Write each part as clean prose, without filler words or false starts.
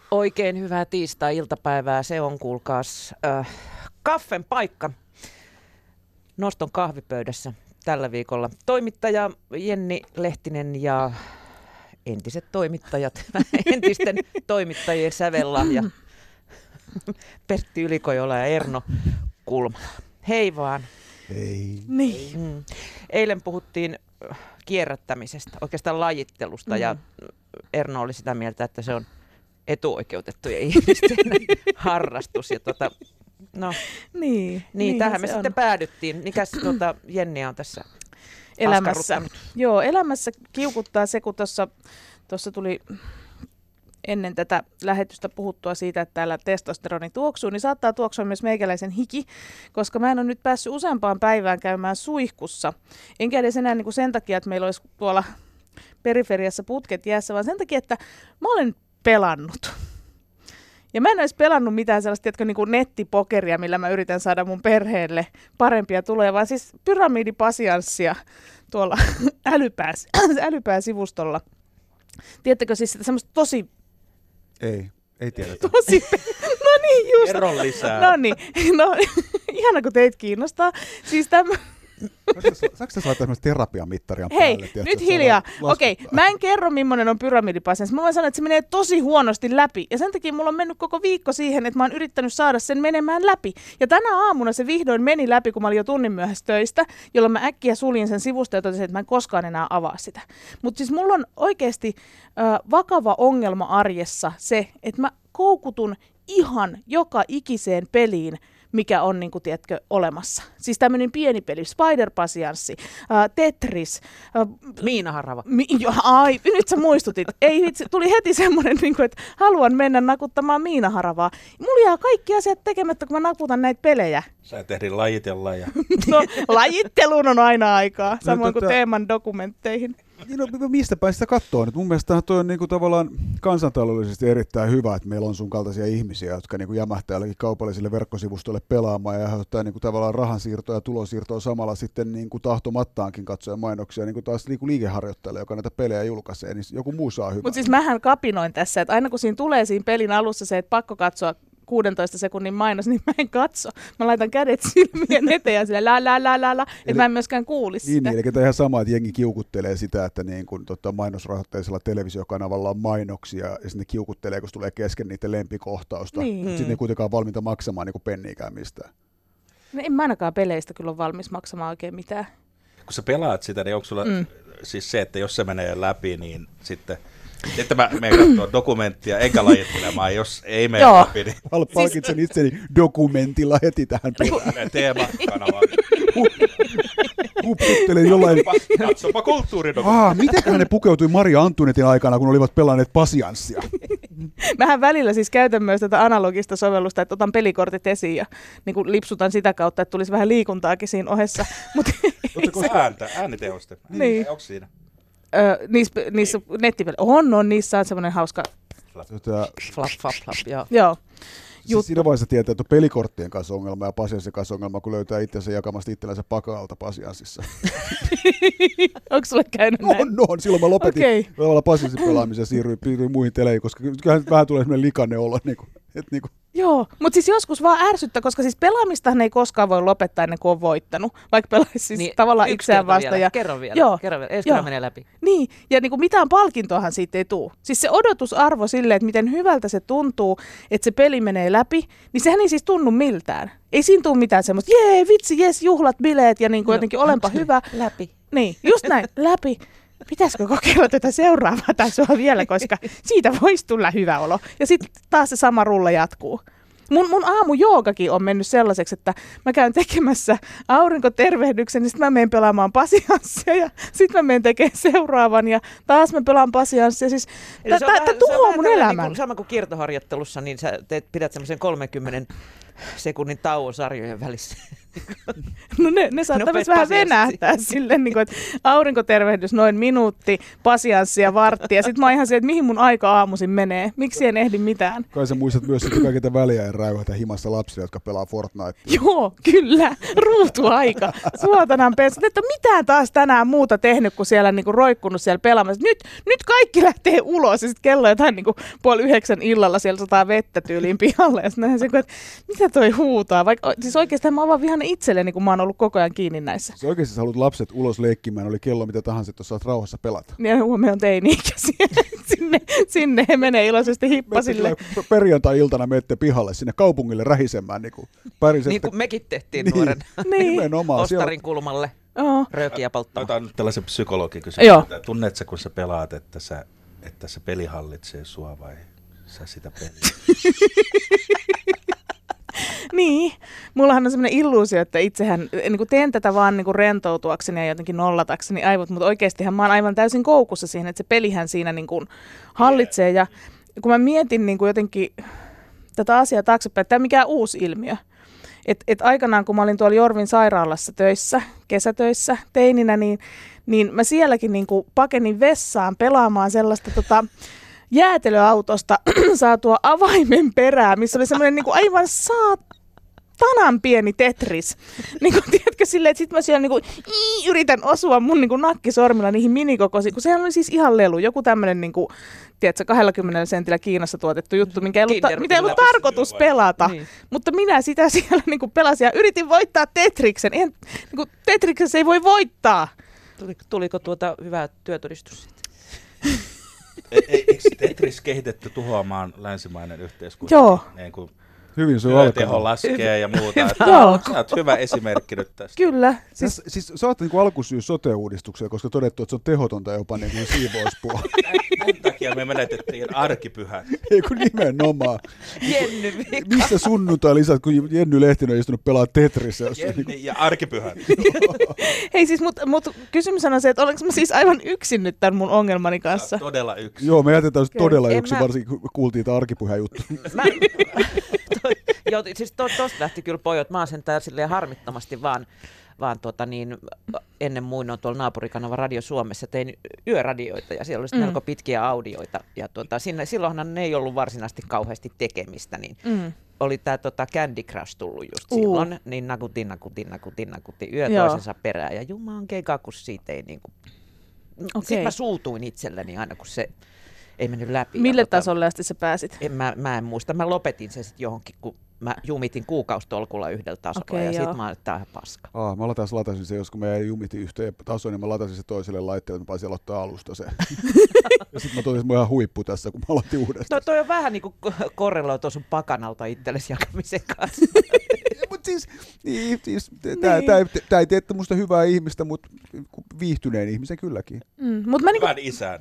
Oikein hyvää tiistai-iltapäivää. Se on, kuulkaas, kaffen paikka Noston kahvipöydässä tällä viikolla. Toimittaja Jenni Lehtinen ja entiset toimittajat, entisten toimittajien sävellahja Pertti Ylikojola ja Erno Kulmala. Hei vaan. Hei. Niin. Eilen puhuttiin kierrättämisestä, oikeastaan lajittelusta, ja Erno oli sitä mieltä, että se on etuoikeutettujen ihmisten harrastus. Ja niin, tähän me sitten päädyttiin. Mikäs Jenni on tässä elämässä? Joo, elämässä kiukuttaa se, kun tuossa tuli ennen tätä lähetystä puhuttua siitä, että täällä testosteroni tuoksuu, niin saattaa tuoksua myös meikäläisen hiki, koska mä en ole nyt päässyt useampaan päivään käymään suihkussa. Enkä edes enää niin sen takia, että meillä olisi tuolla periferiassa putket jäässä, vaan sen takia, että mä olen pelannut. Ja mä en olisi pelannut mitään sellaista niin kuin nettipokeria, millä mä yritän saada mun perheelle parempia tuloja, vaan siis pyramidipasianssia tuolla älypää-sivustolla. Tiedättekö siis semmoista tosi... Ei tiedetä. No niin, just. Kerro lisää. No niin, ihana kun teitä kiinnostaa. Siis Saanko tässä laittaa semmoista terapiamittaria päälle? Hei, nyt hiljaa. Okei, mä en kerro millainen on pyramidipasianssi. Mä voin sanoa, että se menee tosi huonosti läpi. Ja sen takia mulla on mennyt koko viikko siihen, että mä oon yrittänyt saada sen menemään läpi. Ja tänä aamuna se vihdoin meni läpi, kun mä olin jo tunnin myöhässä töistä, jolloin mä äkkiä suljin sen sivusta ja totesin, että mä en koskaan enää avaa sitä. Mutta siis mulla on oikeasti vakava ongelma arjessa se, että mä koukutun ihan joka ikiseen peliin, mikä on, niin kuin, tiedätkö, olemassa. Siis tämmöinen pieni peli, Spider-pasianssi, Tetris. Miinaharava. Ai, nyt sä muistutit. Ei vitsi, tuli heti semmoinen, niin kuin, että haluan mennä nakuttamaan miinaharavaa. Mulla jää kaikki asiat tekemättä, kun mä nakutan näitä pelejä. Sä et ehdi lajitella. No, lajitteluun on aina aikaa, samoin kuin teeman dokumentteihin. No, mistä päin sitä katsoo nyt? Mun mielestä toi on niinku tavallaan kansantaloudellisesti erittäin hyvä, että meillä on sun kaltaisia ihmisiä, jotka niinku jämähtää jollekin kaupallisille verkkosivustoille pelaamaan ja aiheuttaa niinku tavallaan rahansiirtoa ja tulonsiirtoa samalla sitten niinku tahtomattaankin katsoa mainoksia niinku taas niinku liikeharjoittajalle, joka näitä pelejä julkaisee, niin joku muu saa hyvää. Mutta siis mähän kapinoin tässä, että aina kun siinä tulee siinä pelin alussa se, että pakko katsoa 16 sekunnin mainos, niin mä en katso. Mä laitan kädet silmien eteen ja sille että mä en myöskään kuulisi sitä. Niin, eli tämä ihan sama, että jengi kiukuttelee sitä, että niin kun, mainosrahoitteisella televisiokanavalla on mainoksia ja sitten ne kiukuttelee, kun tulee kesken niiden lempikohtausta. Niin. Sitten ne ei kuitenkaan valmiita maksamaan niin penniikään mistään. No, en mä ainakaan peleistä kyllä ole valmis maksamaan oikein mitään. Kun sä pelaat sitä, niin onko sulla siis se, että jos se menee läpi, niin sitten... Että mä menen katsoa dokumenttia eikä lajittelemaan, jos ei mene läpi. Niin... Palkitsen itseni dokumentilla heti tähän perään. Teema-kanava. Hupsuttelen jollain... Katsopa kulttuuridokumenttia. Mitenköhän ne pukeutui Maria Antunetin aikana, kun olivat pelanneet pasianssia? Mähän välillä siis käytän myös tätä analogista sovellusta, että otan pelikortit esiin ja niin kuin lipsutan sitä kautta, että tulisi vähän liikuntaakin siinä ohessa. Ottako äänitehoste? Niin. Onko siinä? Niissä nettipeleissä on, niissä on semmoinen hauska flap, joo. Siis siinä vaiheessa tietää, että on pelikorttien kanssa ongelma ja pasianssin kanssa ongelma, kun löytää itsensä jakamasta itsellensä paka-alta pasianssissa. Onko sulle käynyt näin? On. Silloin mä lopetin pasianssin pelaamisen ja siirryin muihin teleihin, koska vähän tulee semmoinen likainen olo. Joo, mutta siis joskus vaan ärsyttää, koska siis pelaamistahan ei koskaan voi lopettaa ennen kuin on voittanut, vaikka pelaisi siis niin, tavallaan itseään vastaan. Kerro vielä, ensi kerran menee läpi. Niin, ja niin kuin mitään palkintoahan siitä ei tule. Siis se odotusarvo silleen, että miten hyvältä se tuntuu, että se peli menee läpi, niin sehän ei siis tunnu miltään. Ei siinä tule mitään semmoista, vitsi, juhlat, bileet ja niin kuin jotenkin olenpa hyvä. Läpi. Niin, just näin, läpi. Pitäisikö kokeilla tätä seuraavaa tasoa vielä, koska siitä voisi tulla hyvä olo. Ja sitten taas se sama rulla jatkuu. Mun aamujoogakin on mennyt sellaiseksi, että mä käyn tekemässä aurinkotervehdyksen, niin sitten mä menen pelaamaan pasianssia ja sitten mä menen tekemään seuraavan ja taas mä pelaan pasianssia. Siis tämä tuhoaa mun elämän. Niin sama kuin kiertoharjoittelussa, niin sä pidät semmoisen 30 sekunnin tauon sarjojen välissä. No ne saattaa myös vähän venähtää silleen, niin kuin, että aurinkotervehdys noin minuutti, pasianssia vartti, ja sitten mä oon ihan siellä, että mihin mun aika aamuisin menee, miksi en ehdi mitään. Kai sä muistat myös sitten kaikita väliä ja räyhätä himassa lapsia, jotka pelaa Fortnitea. Joo, kyllä, ruutuaika. Suotanan pensat, että mitään taas tänään muuta tehnyt, kuin siellä niin kuin roikkunut siellä pelaamassa. Nyt kaikki lähtee ulos, ja sitten kello jotain niin kuin 8:30 illalla siellä sataa vettä tyyliin pihalle, ja sitten että mitä toi huutaa, vaikka siis oikeastaan mä oon vaan vihainen itselleni, kun mä oon ollut koko ajan kiinni näissä. Jos oikeasti sä haluat lapset ulos leikkimään, oli kello mitä tahansa, että saat rauhassa pelata. Ja huomioon on teini-ikäisiä. sinne he menee iloisesti hippasille. Perjantai-iltana menette pihalle sinne kaupungille rähisemään. Niin kuin mekin tehtiin nuoren ostarin kulmalle röökiä polttamaan. Otan nyt tällaisen psykologin kysymyksen. Tunneet sä, kun sä pelaat, että se peli hallitsee sua vai sä sitä peliä? Niin, mullahan on semmoinen illuusio, että itsehän niin teen tätä vaan niin rentoutuakseni ja jotenkin nollatakseni aivot, mutta oikeastihan mä oon aivan täysin koukussa siihen, että se pelihän siinä niin kuin hallitsee. Ja kun mä mietin niin kuin jotenkin tätä asiaa taaksepäin, että tämä on mikään uusi ilmiö. Et aikanaan, kun mä olin tuolla Jorvin sairaalassa töissä, kesätöissä teininä, niin mä sielläkin niin kuin pakenin vessaan pelaamaan sellaista jäätelöautosta saatua avaimen perää, missä oli semmoinen niin kuin aivan saatanan pieni Tetris. Niin kuin, tiedätkö, silleen, että sit mä siellä niin kuin, yritän osua mun niin kuin nakkisormilla niihin minikokoisiin, kun sehän oli siis ihan lelu. Joku tämmöinen, niin kuin, tiedätkö, 20 sentillä Kiinassa tuotettu juttu, mitä ei ollut tarkoitus pelata. Niin. Mutta minä sitä siellä niin kuin pelasin ja yritin voittaa Tetriksen. Niin kuin, Tetriksessä ei voi voittaa. Tuliko hyvää työtodistus sitten? Eikö Tetris kehitetty tuhoamaan länsimainen yhteiskunta? Joo. Niin kuin hyvin se on teho laskee ja muuta. Sä oot hyvä esimerkki nyt tästä. Kyllä. Siis sä oot niin alkusyy sote-uudistukseen, koska todettu, että se on tehotonta jopa niin kuin siivouspuolella. Tämän takia me menetettiin arkipyhät. Ei kun nimenomaan. Jenny vika. Missä sunnuntai lisät, kun Jenny Lehtinen on istunut pelaa Tetrissä? Jenny ja arkipyhät. Hei siis, mutta kysymys on se, että olenko mä siis aivan yksin nyt tämän mun ongelmani kanssa? Todella yksin. Joo, me jätetään todella yksin, varsinkin kun kuultiin tämä arkipyhän juttu. Joo, siis tosta lähti kyllä pojot. Mä oon sentään silleen harmittomasti vaan ennen muinoin tuolla naapurikanava Radio Suomessa tein yöradioita ja siellä oli melko pitkiä audioita. Ja silloinhan ne ei ollut varsinaisesti kauheasti tekemistä, niin oli tämä Candy Crush tullut just silloin, niin nakutin yö toisensa perään ja juman keikaa, kun siitä ei niinku... Sitten mä suutuin itselleni aina, kun se ei mennyt läpi. Mille tasolle asti sä pääsit? Mä en muista. Mä lopetin sen sitten johonkin, kun mä jumitin kuukausitolkulla yhdellä tasolla ja sitten mä olin, että tää on ihan paska. Mä latasin se, jos kun mä jumitin yhteen tasoon, niin mä latasin se toiselle laitteelle, että mä pääsin aloittaa alusta se. Ja sitten mä totesin, että mä ihan huippu tässä, kun mä aloitin uudestaan. No toi on vähän niin kuin korreloitu sun pakanalta itsellesi jakamisen kanssa. Mutta siis tää ei tee musta hyvää ihmistä, mutta viihtyneen ihmisen kylläkin. Hyvän isän.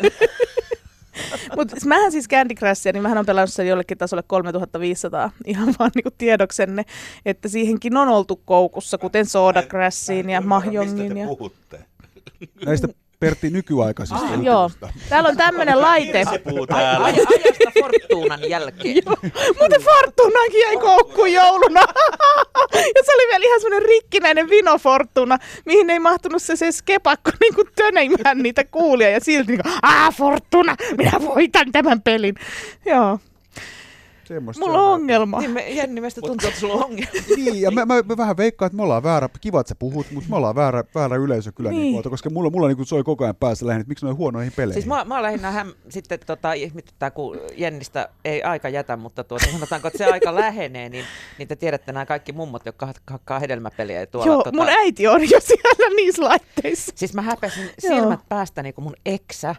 Mutta mähän siis Candy Crushia, niin mähän on pelannut sen jollekin tasolle 3500, ihan vaan niinku tiedoksenne, että siihenkin on oltu koukussa, kuten Soda Crashiin ja Mahjongiin. Mistä te puhutte? Näistä Pertti nykyaikaisista jutuista. Joo, täällä on tämmöinen laite. Se puhuu täällä. Ajasta Fortunan jälkeen. Muuten Fortunaankin jäi koukkuun jouluna. Ja se oli vielä ihan semmoinen rikkinäinen Vino Fortuna, mihin ei mahtunut se skepakko niin kuin töneimään niitä kuulia. Ja silti niin kuin, Fortuna, minä voitan tämän pelin. Joo. Semmosta mulla on ongelma. Niin Jenni, meistä tuntuu, että sulla on ongelma. Niin, ja mä vähän veikkaan, että me ollaan väärä, kiva, että sä puhut, mutta me ollaan väärä yleisö kyllä niin puolta, koska mulla niin soi koko ajan päässä lähinnä, että miksi noin huonoihin peleihin. Siis mä lähinnä sitten ihmetyttää, kun Jennistä ei aika jätä, mutta sanotaanko, että se aika lähenee, niin te tiedätte nämä kaikki mummot, jotka hakkaa hedelmäpeliä. Ja tuolla, joo, mun äiti on jo siellä niissä laitteissa. Siis mä häpesin silmät päästä niin kuin mun eksä.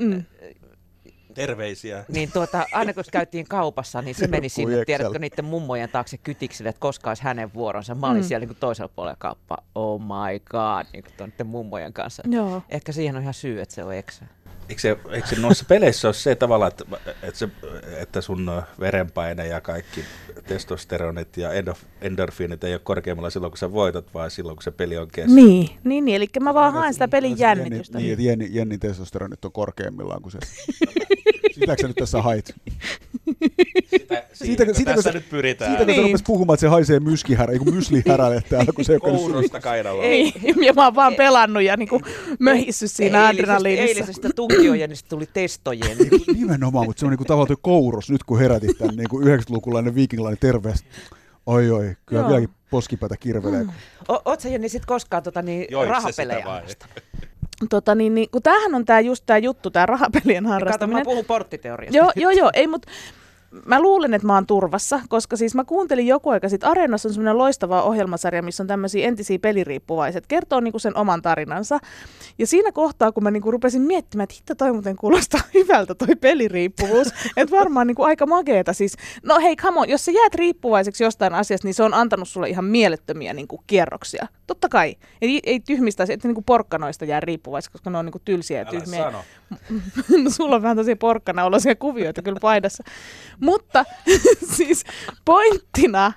Terveisiä. Niin aina kun käytiin kaupassa, niin se meni sinne, tiedätkö, niiden mummojen taakse kytiksille, että koska olisi hänen vuoronsa. Mä olin siellä niin kuin toisella puolella kauppaa. Oh my god, niin kuin niiden mummojen kanssa. Joo. Ehkä siihen on ihan syy, että se on eksä. Eikö se noissa peleissä ole se tavalla, että sun verenpaine ja kaikki testosteronit ja endorfiinit ei ole korkeammalla silloin, kun sä voitat, vaan silloin, kun se peli on kesken? Niin, eli mä vaan haen sitä pelin jännitystä. Niin, että Jennin testosteronit on korkeammillaan kuin se. Sitäkö sä nyt tässä hait? Tässä nyt pyritään. Siitä kun se rupesi puhumaan, että se haisee myslihärälle täällä, kun se ei ole Kourosta kainaloa. Niin, ja mä oon vaan pelannut ja niinku möhissyt siinä adrenaliinissa. Eilisestä tunkiojenista tuli testojen. Nimenomaan, mutta se on niinku tavallaan kouros nyt, kun herätit tämän niinku 90-lukulainen viikingilainen terveys. Oi, kyllä vieläkin poskipäätä kirvelee. Oot sä Jenni sit koskaan rahapelejä harrastanut? Kun tämähän on just tää juttu, tää rahapelien harrastaminen. Kato, mä puhun porttiteoriasta. Joo, ei, mutta mä luulen, että mä oon turvassa, koska siis mä kuuntelin joku aika sitten. Areenassa on semmoinen loistava ohjelmasarja, missä on tämmöisiä entisiä peliriippuvaiset. Kertoo niinku sen oman tarinansa. Ja siinä kohtaa, kun mä niinku rupesin miettimään, että hitto toi muuten kuulostaa hyvältä toi peliriippuvuus. Että varmaan niinku aika makeeta siis. No hei, come on, jos sä jäät riippuvaiseksi jostain asiasta, niin se on antanut sulle ihan mielettömiä niinku kierroksia. Totta kai. Ei tyhmistä, että niinku porkkanoista jää riippuvaiseksi, koska ne on niinku tylsiä ja tyhmiä. Älä sano. No sulla on vähän tosi porkkana-oloisia kuvioita kyllä paidassa. Mutta siis pointtina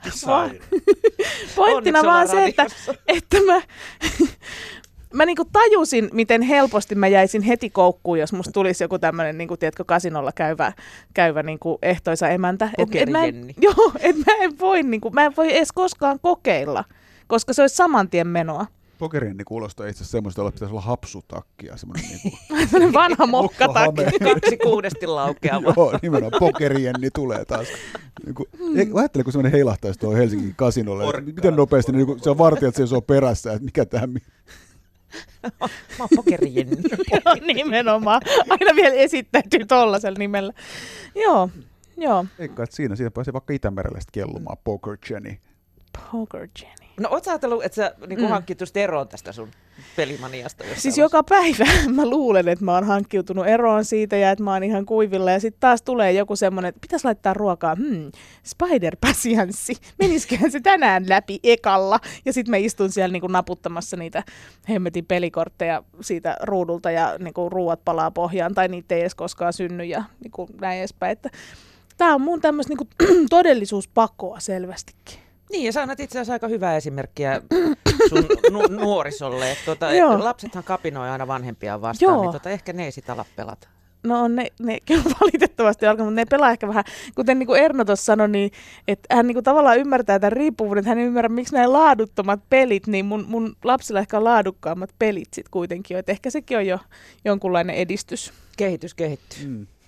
vaan se, että mä niinku tajusin, miten helposti mä jäisin heti koukkuun, jos musta tulisi joku tämmöinen, niinku, tiedätkö, kasinolla käyvä niinku ehtoisa emäntä. Mä en voi edes koskaan kokeilla, koska se olisi saman tien menoa. Pokerienni kuulostaa itse asiassa semmoista, että pitäisi olla hapsutakki ja semmoinen niinku vanha mokkatakki. 2/6 laukeava. Joo, nimenomaan pokerienni tulee taas. Niinku, ajattele, kun semmoinen heilahtaisi tuohon Helsingin kasinolle. Miten nopeasti niinku, se on vartijat seisoo perässä, että mikä tämä. Mä oon Pokerijenni. Joo, nimenomaan. Aina vielä esittäytyy tollasella nimellä. Joo. Eikä, että siinä pääsee vaikka Itämerelle kellumaan Poker Jenny. Poker Jenny. No oot sä ajatellut, että sä niinku hankkituisit eroon tästä sun pelimaniasta? Siis joka päivä mä luulen, että mä oon hankkiutunut eroon siitä ja että mä oon ihan kuivilla. Ja sitten taas tulee joku semmoinen, että pitäisi laittaa ruokaa. Spider-pasianssi. Menisiköhän se tänään läpi ekalla? Ja sitten mä istun siellä niinku naputtamassa niitä hemmetin pelikortteja siitä ruudulta ja niinku ruuat palaa pohjaan tai niitä ei edes koskaan synny ja niinku näin edespäin. Tää on mun tämmöistä niinku todellisuuspakoa selvästikin. Niin, ja sä annat itse asiassa aika hyvää esimerkkiä sun nuorisolle. Lapsethan kapinoi aina vanhempiaan vastaan, niin ehkä ne ei sitä ala pelata. No ne kyllä valitettavasti alkaa, mutta ne pelaa ehkä vähän, kuten niin kuin Erno tuossa sanoi, niin, että hän niin kuin tavallaan ymmärtää tämän riippuvuuden, että hän ei ymmärrä, miksi näin laaduttomat pelit, niin mun lapsilla ehkä on laadukkaammat pelit sitten kuitenkin, että ehkä sekin on jo jonkunlainen edistys. Kehitys kehittyy.